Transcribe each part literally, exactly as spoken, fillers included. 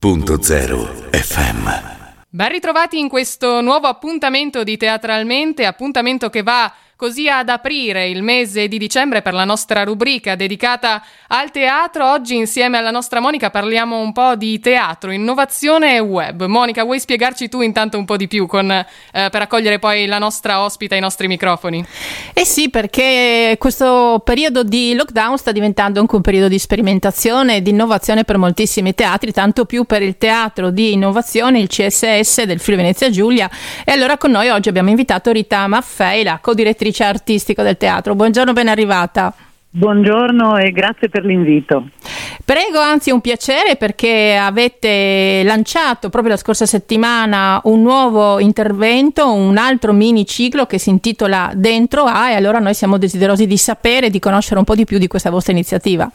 punto zero F M. Ben ritrovati in questo nuovo appuntamento di Teatralmente, appuntamento che va così ad aprire il mese di dicembre per la nostra rubrica dedicata al teatro. Oggi insieme alla nostra Monica parliamo un po' di teatro, innovazione e web. Monica, vuoi spiegarci tu intanto un po' di più con, eh, per accogliere poi la nostra ospite ai nostri microfoni? Eh sì, perché questo periodo di lockdown sta diventando anche un periodo di sperimentazione e di innovazione per moltissimi teatri, tanto più per il teatro di innovazione, il C S S del Friuli Venezia Giulia. E allora con noi oggi abbiamo invitato Rita Maffei, la co-direttrice artistico del teatro. Buongiorno, ben arrivata. Buongiorno e grazie per l'invito. Prego, anzi è un piacere perché avete lanciato proprio la scorsa settimana un nuovo intervento, un altro mini ciclo che si intitola Dentro A, e allora noi siamo desiderosi di sapere e di conoscere un po' di più di questa vostra iniziativa.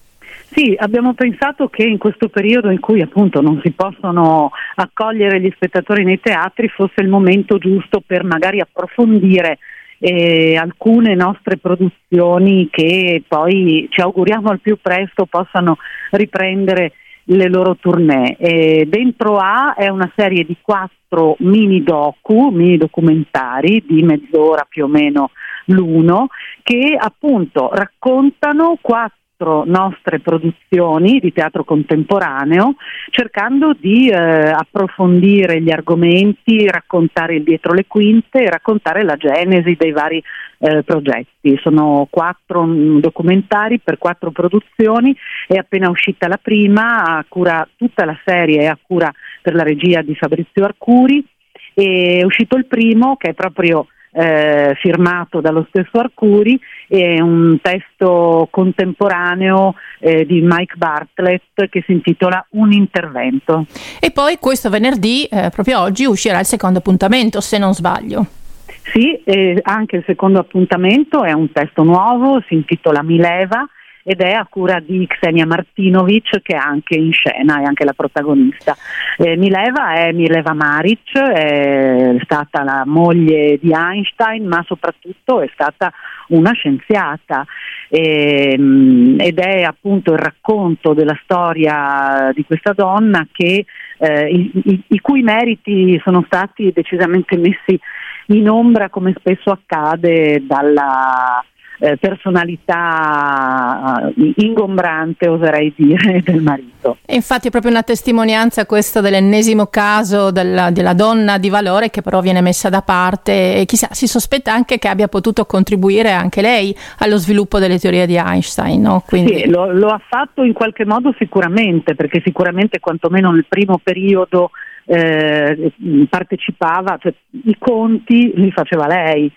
Sì, abbiamo pensato che in questo periodo in cui appunto non si possono accogliere gli spettatori nei teatri fosse il momento giusto per magari approfondire Eh, alcune nostre produzioni che poi ci auguriamo al più presto possano riprendere le loro tournée. Eh, Dentro A è una serie di quattro mini docu, mini documentari di mezz'ora più o meno l'uno, che appunto raccontano quattro nostre produzioni di teatro contemporaneo, cercando di eh, approfondire gli argomenti, raccontare il dietro le quinte e raccontare la genesi dei vari eh, progetti. Sono quattro mh, documentari per quattro produzioni, è appena uscita la prima, a cura, tutta la serie è a cura per la regia di Fabrizio Arcuri, è uscito il primo che è proprio Eh, firmato dallo stesso Arcuri, è un testo contemporaneo eh, di Mike Bartlett che si intitola Un intervento. E poi questo venerdì, eh, proprio oggi, uscirà il secondo appuntamento, se non sbaglio. Sì, eh, anche il secondo appuntamento è un testo nuovo, si intitola Mileva ed è a cura di Ksenia Martinovic, che è anche in scena, è anche la protagonista. Eh, Mileva è Mileva Maric, è stata la moglie di Einstein, ma soprattutto è stata una scienziata, ehm, ed è appunto il racconto della storia di questa donna che eh, i, i, i cui meriti sono stati decisamente messi in ombra, come spesso accade, dalla Eh, personalità ingombrante, oserei dire, del marito. E infatti è proprio una testimonianza questa dell'ennesimo caso della, della donna di valore che però viene messa da parte, e chissà, si sospetta anche che abbia potuto contribuire anche lei allo sviluppo delle teorie di Einstein, no? Quindi... Sì, lo, lo ha fatto in qualche modo sicuramente, perché sicuramente quantomeno nel primo periodo eh, partecipava, cioè i conti li faceva lei.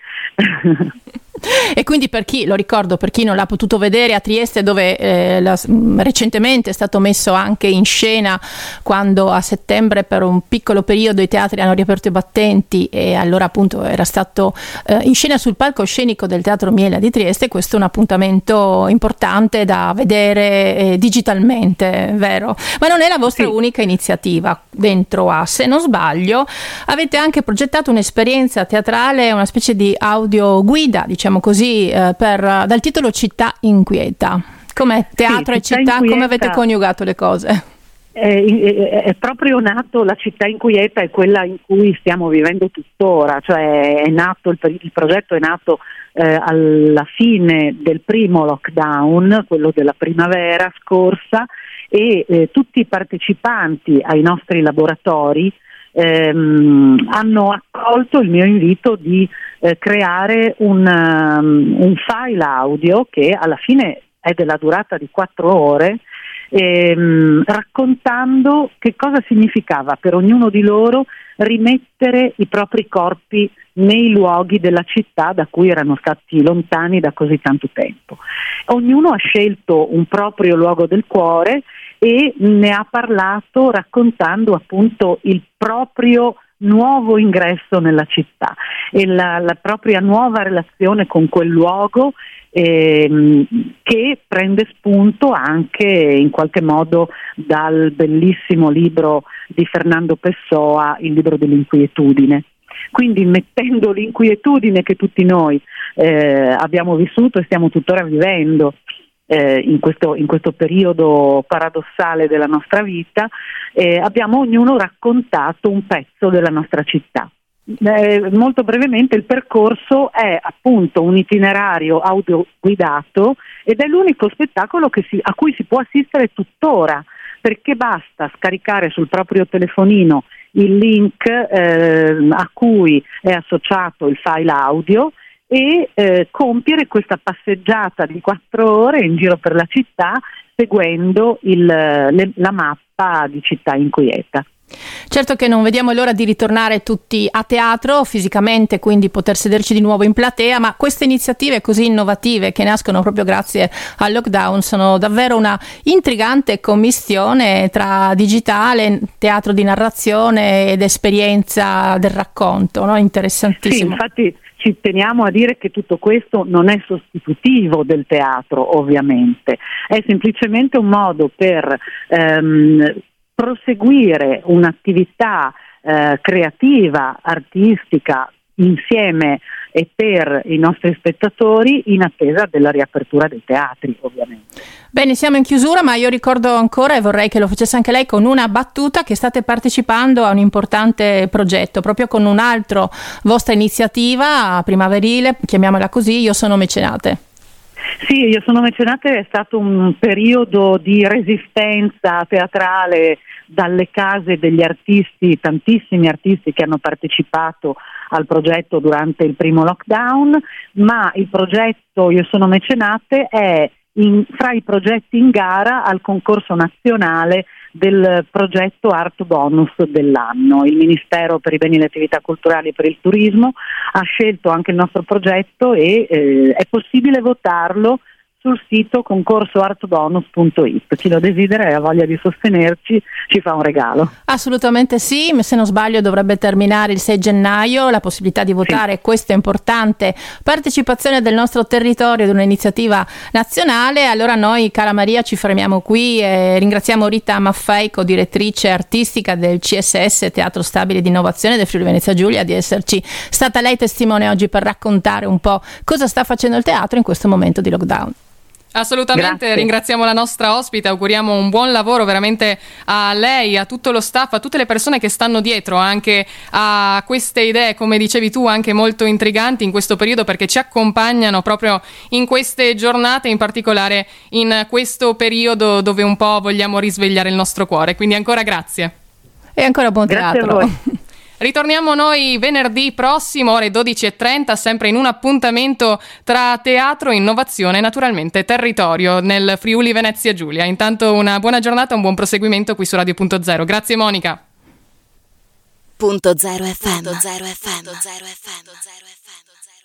E quindi, per chi, lo ricordo, per chi non l'ha potuto vedere, a Trieste, dove eh, la, recentemente è stato messo anche in scena, quando a settembre per un piccolo periodo i teatri hanno riaperto i battenti, e allora appunto era stato eh, in scena sul palcoscenico del Teatro Miela di Trieste. Questo è un appuntamento importante da vedere eh, digitalmente, vero? Ma non è la vostra sì. unica iniziativa. Dentro A, se non sbaglio, avete anche progettato un'esperienza teatrale, una specie di audio guida, diciamo così, eh, per, dal titolo Città inquieta. Com'è teatro sì, e città, inquieta, come avete coniugato le cose? È, è, è proprio nato, la città inquieta è quella in cui stiamo vivendo tuttora, cioè è nato il, il progetto è nato eh, alla fine del primo lockdown, quello della primavera scorsa, e eh, tutti i partecipanti ai nostri laboratori ehm, hanno accolto il mio invito di eh, creare un, um, un file audio che alla fine è della durata di quattro ore, ehm, raccontando che cosa significava per ognuno di loro rimettere i propri corpi nei luoghi della città da cui erano stati lontani da così tanto tempo. Ognuno ha scelto un proprio luogo del cuore e ne ha parlato raccontando appunto il proprio nuovo ingresso nella città e la, la propria nuova relazione con quel luogo, ehm, che prende spunto anche in qualche modo dal bellissimo libro di Fernando Pessoa, Il libro dell'inquietudine. Quindi mettendo l'inquietudine che tutti noi eh, abbiamo vissuto e stiamo tuttora vivendo eh, in, questo, in questo periodo paradossale della nostra vita, eh, abbiamo ognuno raccontato un pezzo della nostra città. Eh, molto brevemente il percorso è appunto un itinerario audio guidato ed è l'unico spettacolo che si, a cui si può assistere tuttora, perché basta scaricare sul proprio telefonino il link eh, a cui è associato il file audio e eh, compiere questa passeggiata di quattro ore in giro per la città seguendo il, le, la mappa di Città Inquieta. Certo che non vediamo l'ora di ritornare tutti a teatro fisicamente, quindi poter sederci di nuovo in platea, ma queste iniziative così innovative che nascono proprio grazie al lockdown sono davvero una intrigante commistione tra digitale, teatro di narrazione ed esperienza del racconto, no? Interessantissimo. Sì, infatti ci teniamo a dire che tutto questo non è sostitutivo del teatro, ovviamente, è semplicemente un modo per ehm, proseguire un'attività eh, creativa, artistica, insieme e per i nostri spettatori in attesa della riapertura dei teatri, ovviamente. Bene, siamo in chiusura, ma io ricordo ancora e vorrei che lo facesse anche lei con una battuta che state partecipando a un importante progetto, proprio con un'altra vostra iniziativa primaverile, chiamiamola così, Io sono mecenate. Sì, Io sono mecenate è stato un periodo di resistenza teatrale dalle case degli artisti, tantissimi artisti che hanno partecipato al progetto durante il primo lockdown, ma il progetto Io sono mecenate è in, fra i progetti in gara al concorso nazionale del progetto Art Bonus dell'anno. Il Ministero per i beni e le attività culturali e per il turismo ha scelto anche il nostro progetto e eh, è possibile votarlo sul sito concorso art bonus punto it. Chi lo desidera e ha voglia di sostenerci ci fa un regalo. Assolutamente sì, se non sbaglio dovrebbe terminare il sei gennaio la possibilità di votare, sì. Questa è importante partecipazione del nostro territorio ad un'iniziativa nazionale. Allora noi, cara Maria, ci fermiamo qui e ringraziamo Rita Maffei, co-direttrice artistica del C S S Teatro Stabile di Innovazione del Friuli Venezia Giulia, di esserci stata lei testimone oggi per raccontare un po' cosa sta facendo il teatro in questo momento di lockdown. Assolutamente, grazie. Ringraziamo la nostra ospite, auguriamo un buon lavoro veramente a lei, a tutto lo staff, a tutte le persone che stanno dietro anche a queste idee, come dicevi tu, anche molto intriganti in questo periodo, perché ci accompagnano proprio in queste giornate, in particolare in questo periodo dove un po' vogliamo risvegliare il nostro cuore. Quindi ancora grazie. E ancora buon teatro. Grazie a voi. Ritorniamo noi venerdì prossimo, ore dodici e trenta, sempre in un appuntamento tra teatro, innovazione e naturalmente territorio nel Friuli Venezia Giulia. Intanto una buona giornata, un buon proseguimento qui su Radio Punto Zero. Grazie Monica. Punto zero F M. Punto zero F M. Punto zero F M.